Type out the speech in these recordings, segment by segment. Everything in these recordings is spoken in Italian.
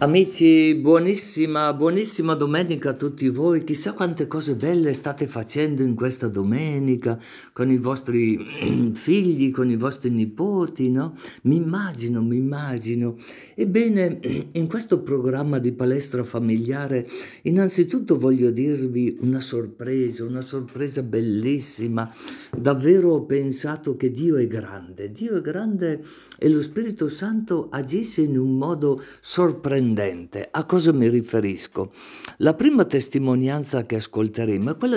Amici, buonissima domenica a tutti voi. Chissà quante cose belle state facendo in questa domenica con i vostri figli, con i vostri nipoti, no? Mi immagino. Ebbene, in questo programma di palestra familiare, innanzitutto voglio dirvi una sorpresa bellissima. Davvero ho pensato che Dio è grande e lo Spirito Santo agisce in un modo sorprendente. A cosa mi riferisco? La prima testimonianza che ascolteremo è quella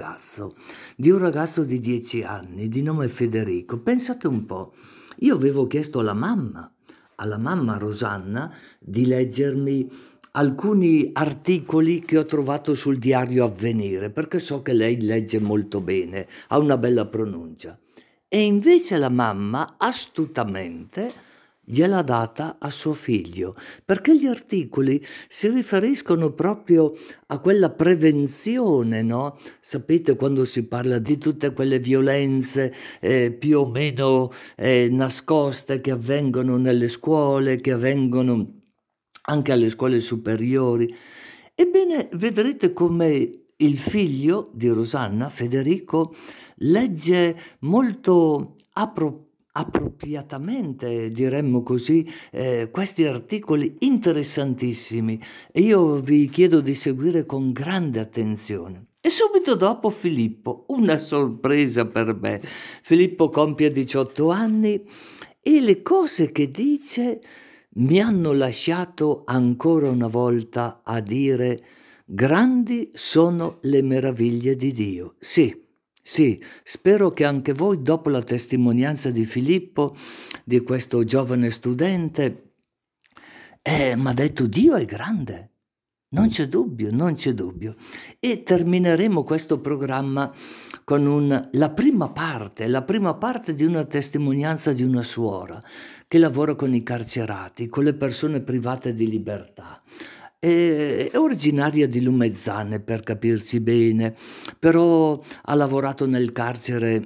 di un ragazzo di 10 anni, di nome Federico. Pensate un po', io avevo chiesto alla mamma Rosanna, di leggermi alcuni articoli che ho trovato sul diario Avvenire, perché so che lei legge molto bene, ha una bella pronuncia. E invece la mamma, astutamente, gliel'ha data a suo figlio, perché gli articoli si riferiscono proprio a quella prevenzione, no? Sapete quando si parla di tutte quelle violenze più o meno nascoste che avvengono nelle scuole, che avvengono anche alle scuole superiori. Ebbene, vedrete come il figlio di Rosanna, Federico, legge molto appropriatamente, diremmo così, questi articoli interessantissimi e io vi chiedo di seguire con grande attenzione. E subito dopo Filippo, una sorpresa per me. Filippo compie 18 anni e le cose che dice mi hanno lasciato ancora una volta a dire: grandi sono le meraviglie di Dio. Sì, sì, spero che anche voi, dopo la testimonianza di Filippo, di questo giovane studente, m'ha detto Dio è grande. Non c'è dubbio, non c'è dubbio. E termineremo questo programma con la prima parte di una testimonianza di una suora che lavora con i carcerati, con le persone private di libertà. È originaria di Lumezzane, per capirsi bene, però ha lavorato nel carcere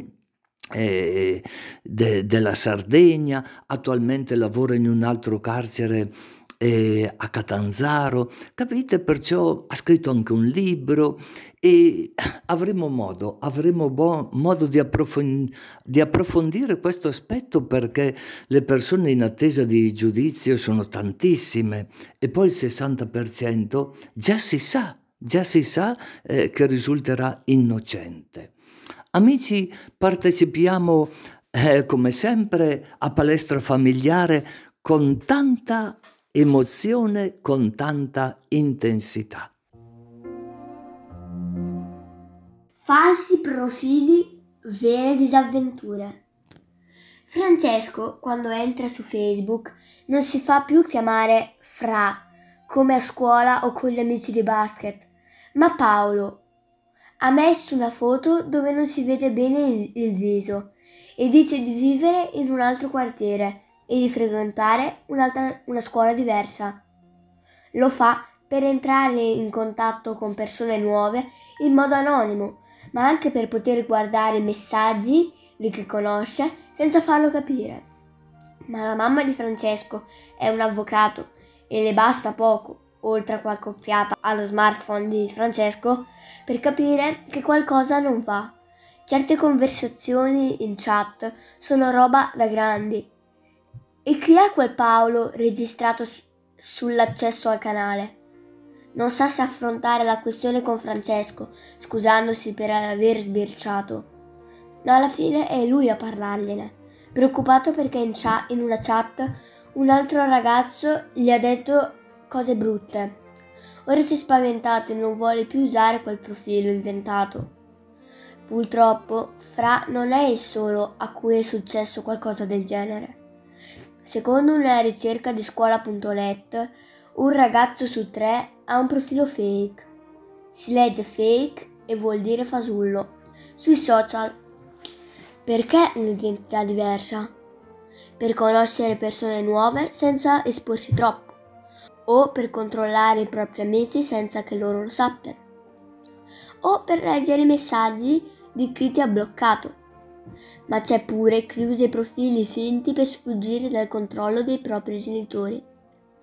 della Sardegna, attualmente lavora in un altro carcere a Catanzaro, capite? Perciò ha scritto anche un libro e avremo modo di approfondire questo aspetto perché le persone in attesa di giudizio sono tantissime e poi il 60% già si sa che risulterà innocente. Amici, partecipiamo come sempre a palestra familiare con tanta emozione, con tanta intensità. Falsi profili, vere disavventure. Francesco, quando entra su Facebook, non si fa più chiamare Fra, come a scuola o con gli amici di basket, ma Paolo. Ha messo una foto dove non si vede bene il viso e dice di vivere in un altro quartiere e di frequentare una scuola diversa. Lo fa per entrare in contatto con persone nuove in modo anonimo, ma anche per poter guardare i messaggi di chi conosce senza farlo capire. Ma la mamma di Francesco è un avvocato e le basta poco, oltre a qualche occhiata allo smartphone di Francesco, per capire che qualcosa non va. Certe conversazioni in chat sono roba da grandi. E chi è quel Paolo registrato sull'accesso al canale? Non sa se affrontare la questione con Francesco, scusandosi per aver sbirciato. Ma alla fine è lui a parlargliene, preoccupato perché in una chat un altro ragazzo gli ha detto cose brutte. Ora si è spaventato e non vuole più usare quel profilo inventato. Purtroppo, Fra non è il solo a cui è successo qualcosa del genere. Secondo una ricerca di scuola.net, un ragazzo su 3 ha un profilo fake. Si legge fake e vuol dire fasullo. Sui social. Perché un'identità diversa? Per conoscere persone nuove senza esporsi troppo. O per controllare i propri amici senza che loro lo sappiano. O per leggere i messaggi di chi ti ha bloccato. Ma c'è pure chi usa i profili finti per sfuggire dal controllo dei propri genitori.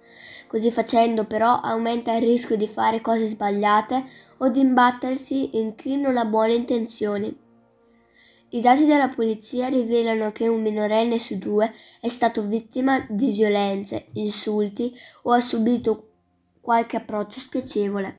Così facendo però aumenta il rischio di fare cose sbagliate o di imbattersi in chi non ha buone intenzioni. I dati della polizia rivelano che un minorenne su 2 è stato vittima di violenze, insulti o ha subito qualche approccio spiacevole.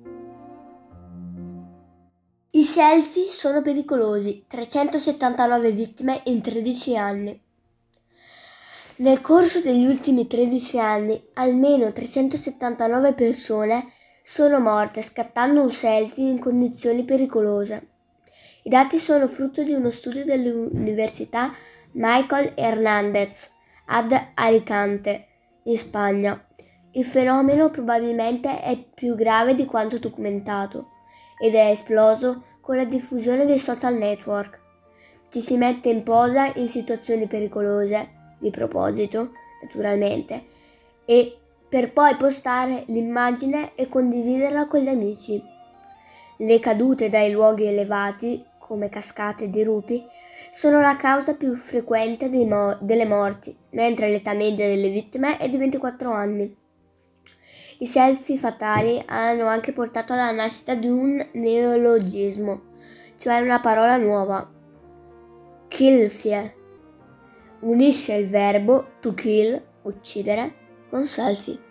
I selfie sono pericolosi, 379 vittime in 13 anni. Nel corso degli ultimi 13 anni, almeno 379 persone sono morte scattando un selfie in condizioni pericolose. I dati sono frutto di uno studio dell'Università Michael Hernández ad Alicante, in Spagna. Il fenomeno probabilmente è più grave di quanto documentato ed è esploso con la diffusione dei social network. Ci si mette in posa in situazioni pericolose, di proposito, naturalmente, e per poi postare l'immagine e condividerla con gli amici. Le cadute dai luoghi elevati, come cascate e dirupi, sono la causa più frequente delle morti, mentre l'età media delle vittime è di 24 anni. I selfie fatali hanno anche portato alla nascita di un neologismo, cioè una parola nuova, killfie. Unisce il verbo to kill, uccidere, con selfie.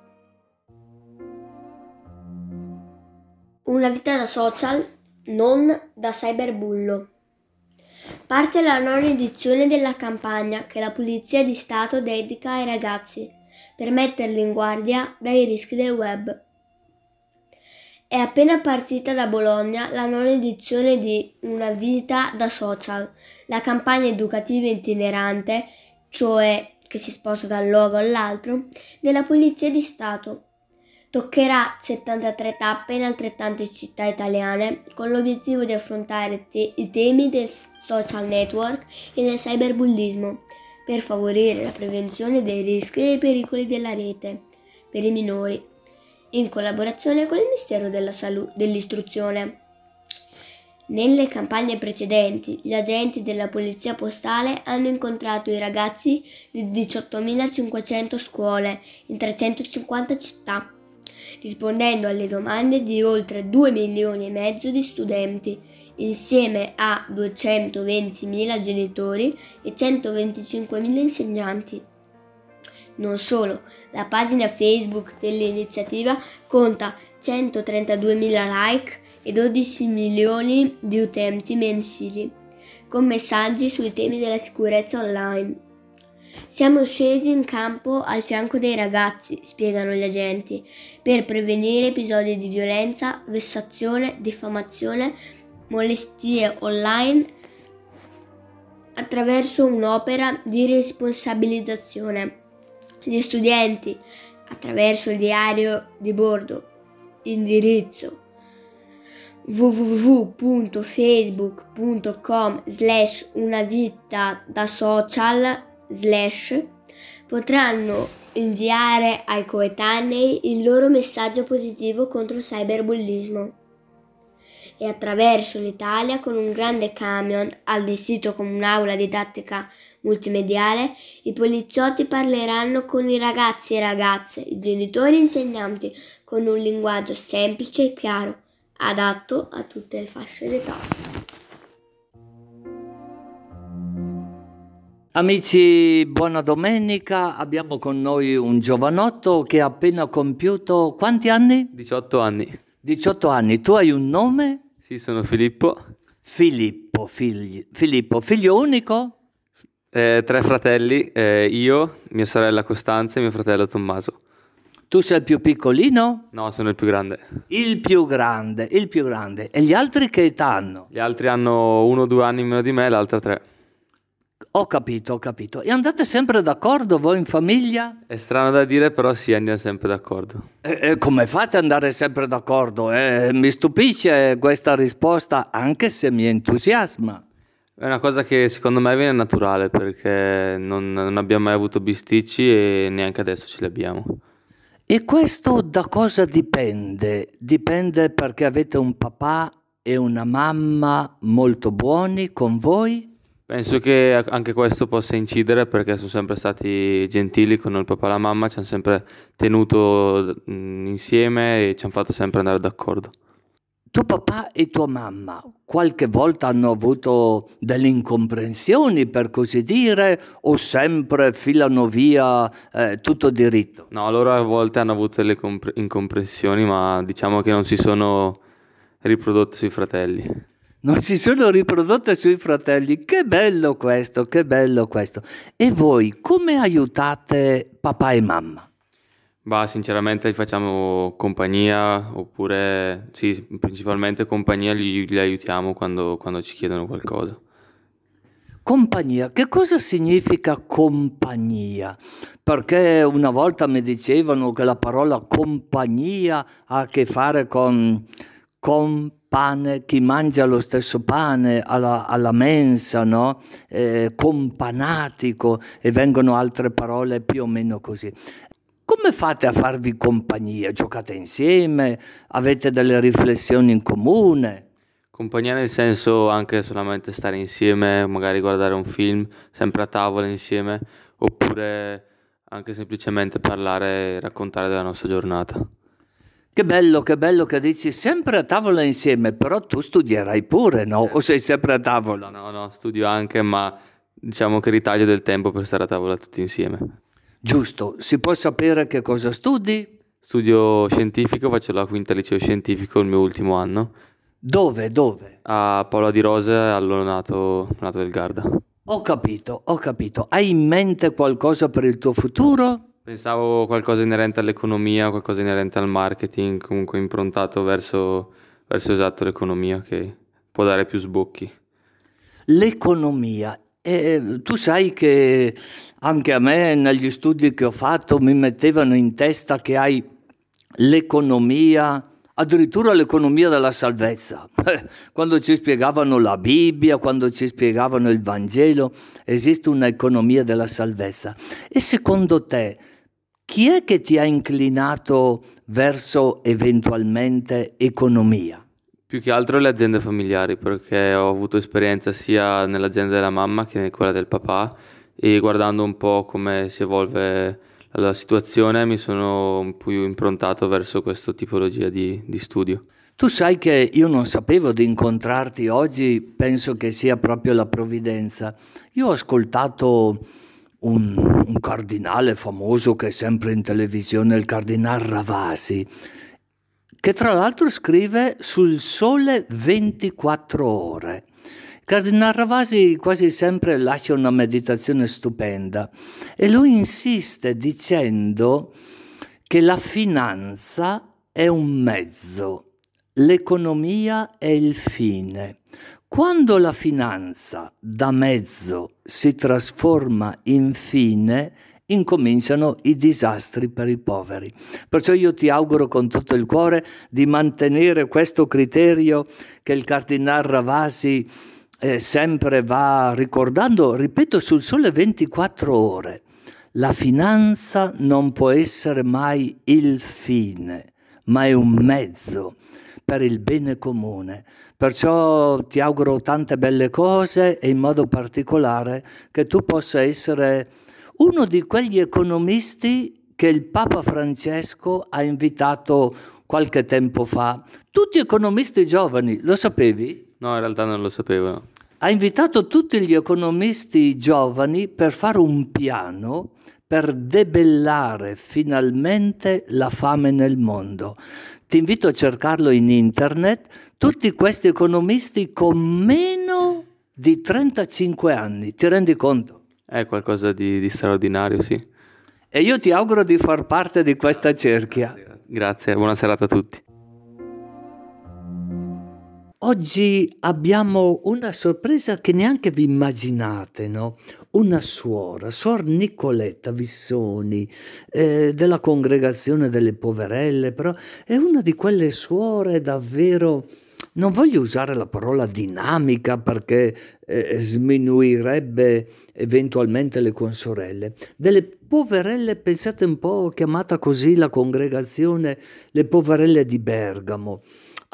Una vita da social, non da cyberbullo. Parte la nona edizione della campagna che la Polizia di Stato dedica ai ragazzi per metterli in guardia dai rischi del web. È appena partita da Bologna la nona edizione di Una vita da social, la campagna educativa itinerante, cioè che si sposta da un luogo all'altro, della Polizia di Stato. Toccherà 73 tappe in altrettante città italiane con l'obiettivo di affrontare i temi del social network e del cyberbullismo per favorire la prevenzione dei rischi e dei pericoli della rete per i minori, in collaborazione con il Ministero dell'Istruzione. Nelle campagne precedenti, gli agenti della Polizia Postale hanno incontrato i ragazzi di 18.500 scuole in 350 città, rispondendo alle domande di oltre 2 milioni e mezzo di studenti, insieme a 220.000 genitori e 125.000 insegnanti. Non solo, la pagina Facebook dell'iniziativa conta 132.000 like e 12 milioni di utenti mensili, con messaggi sui temi della sicurezza online. Siamo scesi in campo al fianco dei ragazzi, spiegano gli agenti, per prevenire episodi di violenza, vessazione, diffamazione, molestie online attraverso un'opera di responsabilizzazione. Gli studenti, attraverso il diario di bordo, indirizzo www.facebook.com/unavitadasocial/ potranno inviare ai coetanei il loro messaggio positivo contro il cyberbullismo. E attraverso l'Italia, con un grande camion allestito come un'aula didattica multimediale, i poliziotti parleranno con i ragazzi e ragazze, i genitori e insegnanti, con un linguaggio semplice e chiaro, adatto a tutte le fasce d'età. Amici, buona domenica. Abbiamo con noi un giovanotto che ha appena compiuto quanti anni? 18 anni. 18 anni. Tu hai un nome? Sì, sono Filippo. Filippo, figlio unico? 3 fratelli, io, mia sorella Costanza e mio fratello Tommaso. Tu sei il più piccolino? No, sono il più grande. Il più grande. E gli altri che età hanno? Gli altri hanno 1 o 2 anni meno di me, l'altra 3. Ho capito. E andate sempre d'accordo voi in famiglia? È strano da dire, però sì, andiamo sempre d'accordo. Come fate ad andare sempre d'accordo? Mi stupisce questa risposta, anche se mi entusiasma. È una cosa che secondo me viene naturale, perché non abbiamo mai avuto bisticci e neanche adesso ce li abbiamo. E questo da cosa dipende? Dipende perché avete un papà e una mamma molto buoni con voi? Penso che anche questo possa incidere perché sono sempre stati gentili con il papà e la mamma, ci hanno sempre tenuto insieme e ci hanno fatto sempre andare d'accordo. Tuo papà e tua mamma qualche volta hanno avuto delle incomprensioni, per così dire, o sempre filano via tutto diritto? No, loro a volte hanno avuto delle incomprensioni, ma diciamo che non si sono riprodotte sui fratelli. Non si sono riprodotte sui fratelli. Che bello questo, che bello questo. E voi come aiutate papà e mamma? Bah, sinceramente gli facciamo compagnia, oppure sì, principalmente compagnia, li aiutiamo quando ci chiedono qualcosa. Compagnia, che cosa significa compagnia? Perché una volta mi dicevano che la parola compagnia ha a che fare con pane, chi mangia lo stesso pane alla mensa, no? Companatico, e vengono altre parole più o meno così. Come fate a farvi compagnia? Giocate insieme? Avete delle riflessioni in comune? Compagnia nel senso anche solamente stare insieme, magari guardare un film, sempre a tavola insieme, oppure anche semplicemente parlare e raccontare della nostra giornata. Che bello che dici sempre a tavola insieme, però tu studierai pure, no? O sei sempre a tavola? No, no, studio anche, ma diciamo che ritaglio del tempo per stare a tavola tutti insieme. Giusto, si può sapere che cosa studi? Studio scientifico, faccio la quinta liceo scientifico, il mio ultimo anno, Dove? Dove? a Paola di Rose, all'Ononato del Garda. Ho capito, ho capito. Hai in mente qualcosa per il tuo futuro? Pensavo qualcosa inerente all'economia, qualcosa inerente al marketing, comunque improntato verso esatto l'economia che può dare più sbocchi. L'economia. Tu sai che anche a me negli studi che ho fatto mi mettevano in testa che hai l'economia, addirittura l'economia della salvezza. Quando ci spiegavano la Bibbia, quando ci spiegavano il Vangelo, esiste un'economia della salvezza. E secondo te, chi è che ti ha inclinato verso eventualmente economia? Più che altro le aziende familiari, perché ho avuto esperienza sia nell'azienda della mamma che in quella del papà e guardando un po' come si evolve la situazione mi sono più improntato verso questa tipologia di studio. Tu sai che io non sapevo di incontrarti oggi, penso che sia proprio la provvidenza. Io ho ascoltato un cardinale famoso che è sempre in televisione, il cardinal Ravasi, che tra l'altro scrive sul Sole 24 ore. Il cardinal Ravasi quasi sempre lascia una meditazione stupenda e lui insiste dicendo che la finanza è un mezzo, l'economia è il fine. Quando la finanza da mezzo si trasforma in fine, incominciano i disastri per i poveri. Perciò io ti auguro con tutto il cuore di mantenere questo criterio che il cardinal Ravasi sempre va ricordando, ripeto, sul Sole 24 ore. La finanza non può essere mai il fine, ma è un mezzo per il bene comune. Perciò ti auguro tante belle cose e in modo particolare che tu possa essere uno di quegli economisti che il Papa Francesco ha invitato qualche tempo fa. Tutti economisti giovani, lo sapevi? No, in realtà non lo sapevo. No. Ha invitato tutti gli economisti giovani per fare un piano per debellare finalmente la fame nel mondo. Ti invito a cercarlo in internet, tutti questi economisti con meno di 35 anni, ti rendi conto? È qualcosa di straordinario, sì. E io ti auguro di far parte di questa cerchia. Grazie, buona serata a tutti. Oggi abbiamo una sorpresa che neanche vi immaginate, no? Una suora, Suor Nicoletta Vissoni, della congregazione delle Poverelle, però è una di quelle suore davvero, non voglio usare la parola dinamica perché sminuirebbe eventualmente le consorelle. Delle Poverelle, pensate un po', chiamata così la congregazione, le Poverelle di Bergamo.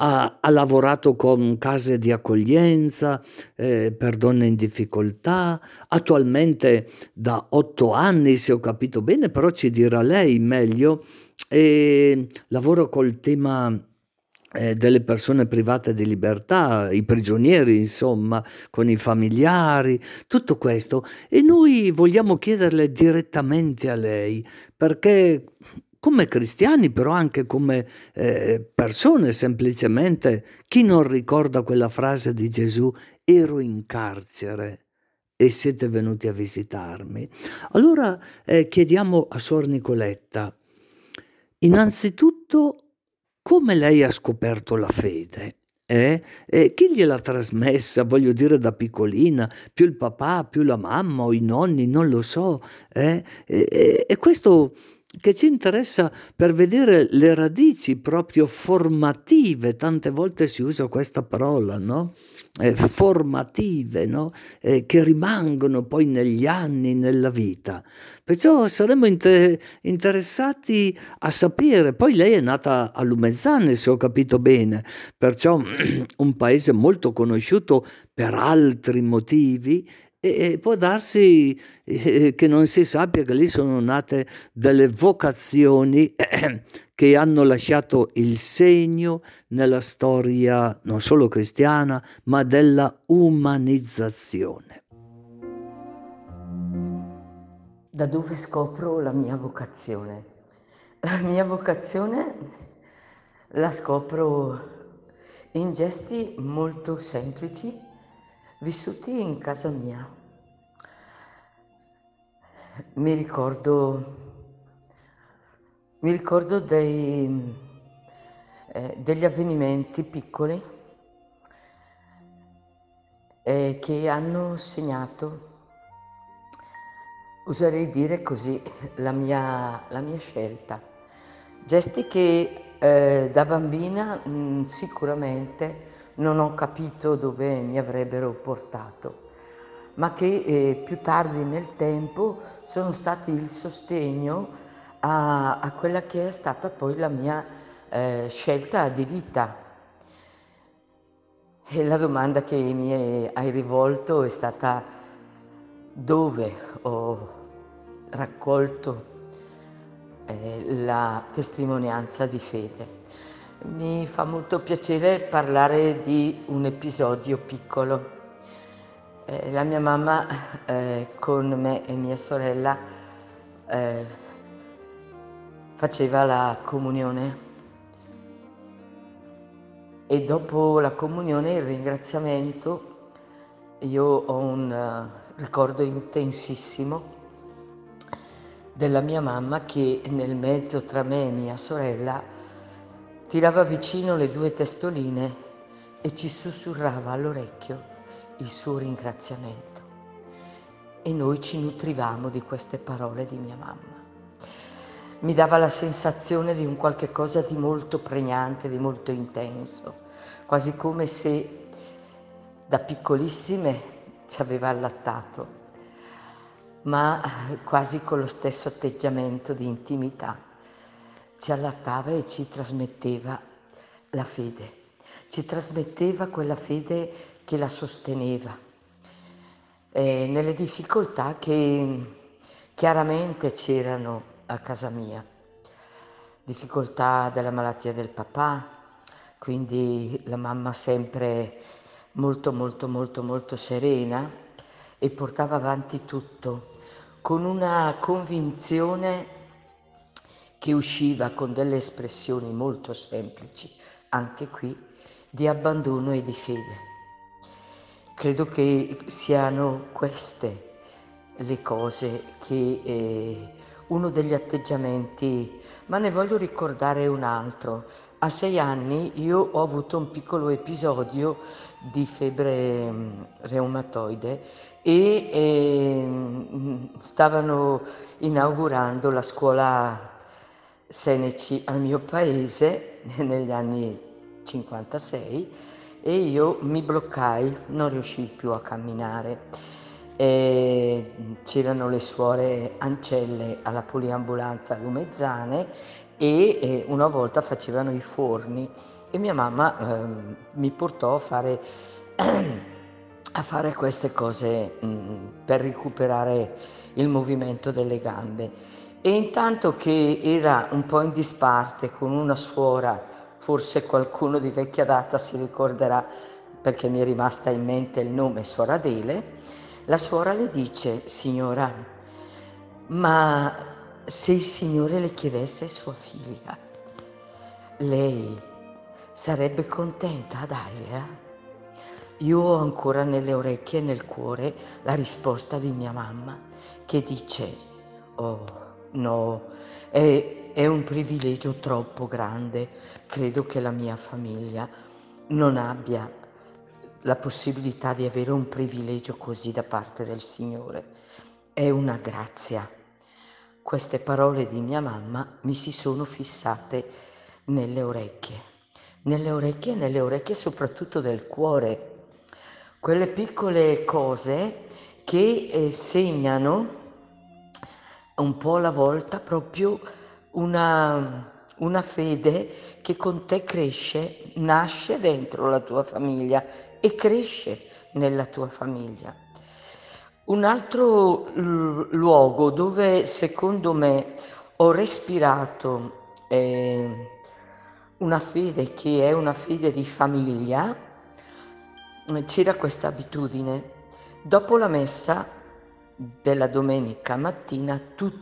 ha lavorato con case di accoglienza per donne in difficoltà, attualmente da 8 anni, se ho capito bene, però ci dirà lei meglio, lavora col tema delle persone private di libertà, i prigionieri, insomma, con i familiari, tutto questo. E noi vogliamo chiederle direttamente a lei, perché come cristiani, però anche come persone semplicemente, chi non ricorda quella frase di Gesù, ero in carcere e siete venuti a visitarmi? Allora chiediamo a Suor Nicoletta, innanzitutto, come lei ha scoperto la fede? Chi gliel'ha trasmessa, voglio dire, da piccolina? Più il papà, più la mamma o i nonni, non lo so. E questo che ci interessa per vedere le radici proprio formative, tante volte si usa questa parola, no? Formative, no? Che rimangono poi negli anni, nella vita. Perciò saremmo interessati a sapere. Poi lei è nata a Lumezzane, se ho capito bene, perciò un paese molto conosciuto per altri motivi, e può darsi che non si sappia che lì sono nate delle vocazioni che hanno lasciato il segno nella storia non solo cristiana, ma della umanizzazione. Da dove scopro la mia vocazione? La mia vocazione la scopro in gesti molto semplici, vissuti in casa mia. Mi ricordo degli avvenimenti piccoli che hanno segnato, oserei dire così, la mia scelta. Gesti che da bambina sicuramente non ho capito dove mi avrebbero portato, ma che più tardi nel tempo sono stati il sostegno a quella che è stata poi la mia scelta di vita. E la domanda che mi hai rivolto è stata: dove ho raccolto la testimonianza di fede? Mi fa molto piacere parlare di un episodio piccolo. La mia mamma con me e mia sorella faceva la comunione, e dopo la comunione, il ringraziamento, io ho un ricordo intensissimo della mia mamma che nel mezzo tra me e mia sorella tirava vicino le 2 testoline e ci sussurrava all'orecchio il suo ringraziamento. E noi ci nutrivamo di queste parole di mia mamma. Mi dava la sensazione di un qualche cosa di molto pregnante, di molto intenso, quasi come se da piccolissime ci aveva allattato, ma quasi con lo stesso atteggiamento di intimità. Ci allattava e ci trasmetteva la fede, ci trasmetteva quella fede che la sosteneva nelle difficoltà che chiaramente c'erano a casa mia. Difficoltà della malattia del papà, quindi la mamma sempre molto serena, e portava avanti tutto con una convinzione che usciva con delle espressioni molto semplici, anche qui, di abbandono e di fede. Credo che siano queste le cose che uno degli atteggiamenti, ma ne voglio ricordare un altro. A 6 anni io ho avuto un piccolo episodio di febbre reumatoide e stavano inaugurando la scuola Seneci al mio paese negli anni 56, e io mi bloccai, non riuscii più a camminare. C'erano le suore ancelle alla poliambulanza Lumezzane e una volta facevano i forni e mia mamma mi portò a fare queste cose per recuperare il movimento delle gambe. E intanto che era un po' in disparte con una suora, forse qualcuno di vecchia data si ricorderà perché mi è rimasta in mente il nome Suor Adele, la suora le dice: signora, ma se il Signore le chiedesse sua figlia, lei sarebbe contenta a dargliela? Io ho ancora nelle orecchie e nel cuore la risposta di mia mamma che dice: oh no, è un privilegio troppo grande, credo che la mia famiglia non abbia la possibilità di avere un privilegio così da parte del Signore, è una grazia. Queste parole di mia mamma mi si sono fissate nelle orecchie e nelle orecchie soprattutto del cuore. Quelle piccole cose che segnano un po' alla volta proprio una fede che con te cresce, nasce dentro la tua famiglia e cresce nella tua famiglia. Un altro luogo dove secondo me ho respirato una fede che è una fede di famiglia, c'era questa abitudine. Dopo la messa della domenica mattina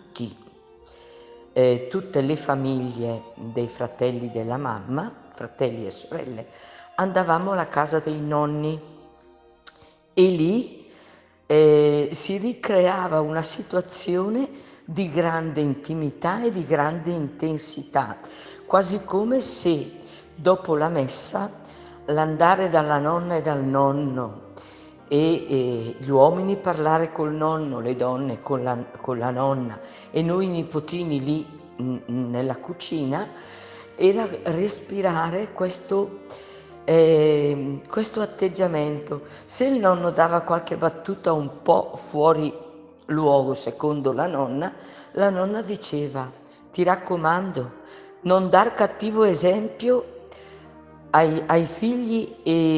tutte le famiglie dei fratelli della mamma, fratelli e sorelle, andavamo alla casa dei nonni e lì si ricreava una situazione di grande intimità e di grande intensità, quasi come se dopo la messa l'andare dalla nonna e dal nonno e gli uomini parlare col nonno, le donne con la nonna e noi nipotini lì nella cucina, era respirare questo atteggiamento. Se il nonno dava qualche battuta un po' fuori luogo secondo la nonna diceva: ti raccomando, non dar cattivo esempio ai figli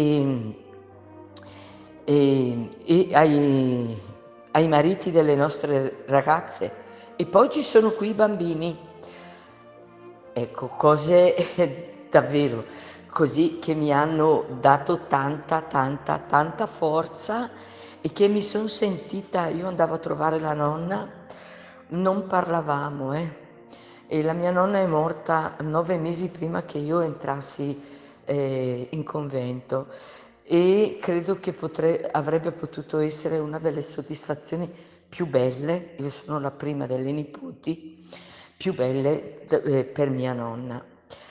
e ai mariti delle nostre ragazze. E poi ci sono qui i bambini. Ecco, cose davvero così che mi hanno dato tanta forza e che mi son sentita. Io andavo a trovare la nonna, non parlavamo, e la mia nonna è morta 9 mesi prima che io entrassi in convento e credo che avrebbe potuto essere una delle soddisfazioni più belle, io sono la prima delle nipoti, più belle per mia nonna.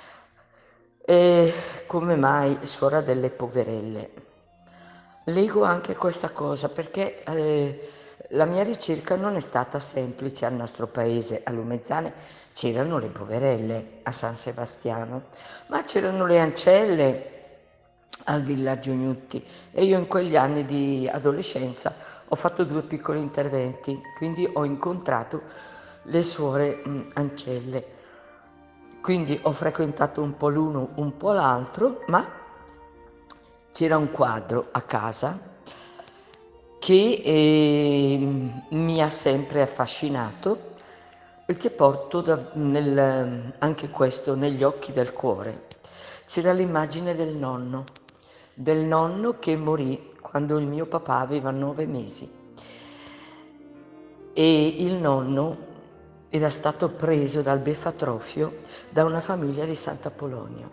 E come mai suora delle poverelle? Leggo anche questa cosa perché la mia ricerca non è stata semplice al nostro paese. A Lumezzane c'erano le poverelle a San Sebastiano, ma c'erano le ancelle al villaggio Gnutti e io in quegli anni di adolescenza ho fatto 2 piccoli interventi, quindi ho incontrato le suore ancelle. Quindi ho frequentato un po' l'uno, un po' l'altro, ma c'era un quadro a casa che mi ha sempre affascinato e che porto anche questo negli occhi del cuore. C'era l'immagine del nonno che morì quando il mio papà aveva 9 mesi e il nonno era stato preso dal befatrofio da una famiglia di Sant'Apolonio.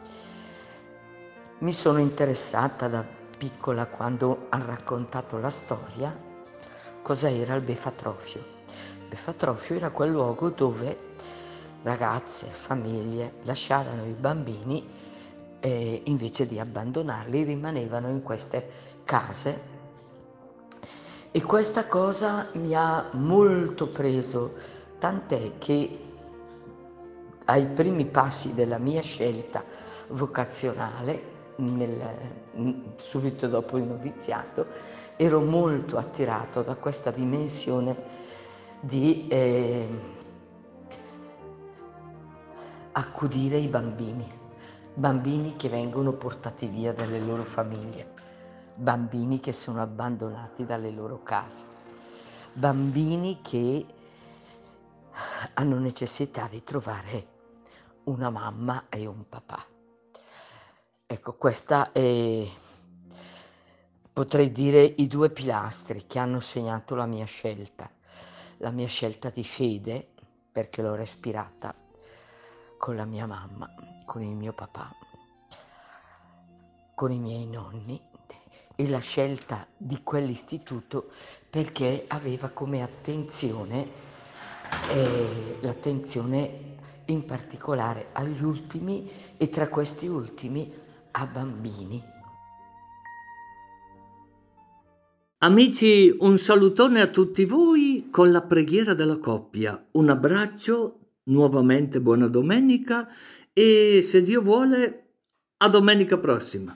Mi sono interessata da piccola quando hanno raccontato la storia cosa era il befatrofio. Il befatrofio era quel luogo dove ragazze, famiglie lasciavano i bambini e invece di abbandonarli rimanevano in queste case. E questa cosa mi ha molto preso, tant'è che ai primi passi della mia scelta vocazionale, subito dopo il noviziato, ero molto attirato da questa dimensione di accudire i bambini che vengono portati via dalle loro famiglie, bambini che sono abbandonati dalle loro case, bambini che hanno necessità di trovare una mamma e un papà. Ecco, questa è, potrei dire, i due pilastri che hanno segnato la mia scelta di fede, perché l'ho respirata con la mia mamma, con il mio papà, con i miei nonni, e la scelta di quell'istituto perché aveva come attenzione l'attenzione in particolare agli ultimi e tra questi ultimi a bambini. Amici, un salutone a tutti voi con la preghiera della coppia. Un abbraccio, nuovamente buona domenica e se Dio vuole a domenica prossima.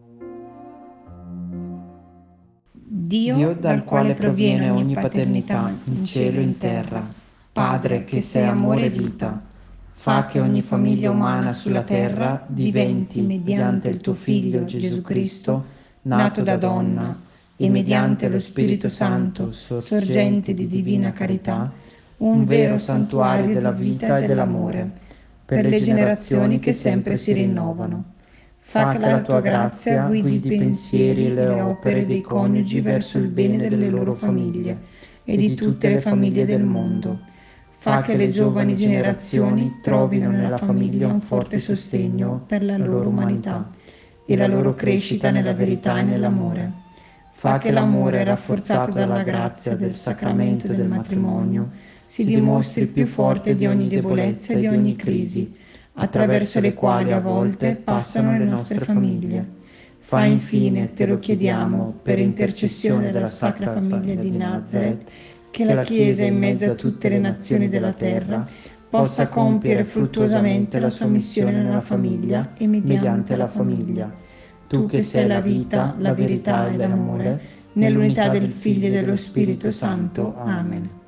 Dio dal quale proviene ogni paternità in cielo e in terra, Padre che sei amore e vita, fa che ogni famiglia umana sulla terra diventi, mediante il tuo Figlio Gesù Cristo, nato da donna, e mediante lo Spirito Santo, sorgente di divina carità, un vero santuario della vita e dell'amore, per le generazioni che sempre si rinnovano. Fa che la tua grazia guidi i pensieri e le opere dei coniugi verso il bene delle loro famiglie e di tutte le famiglie del mondo. Fa che le giovani generazioni trovino nella famiglia un forte sostegno per la loro umanità e la loro crescita nella verità e nell'amore. Fa che l'amore, rafforzato dalla grazia del sacramento del matrimonio, si dimostri più forte di ogni debolezza e di ogni crisi, attraverso le quali a volte passano le nostre famiglie. Fa infine, te lo chiediamo, per intercessione della Sacra Famiglia di Nazareth, che la Chiesa in mezzo a tutte le nazioni della terra possa compiere fruttuosamente la sua missione nella famiglia e mediante la famiglia. Tu che sei la vita, la verità e l'amore, nell'unità del Figlio e dello Spirito Santo. Amen.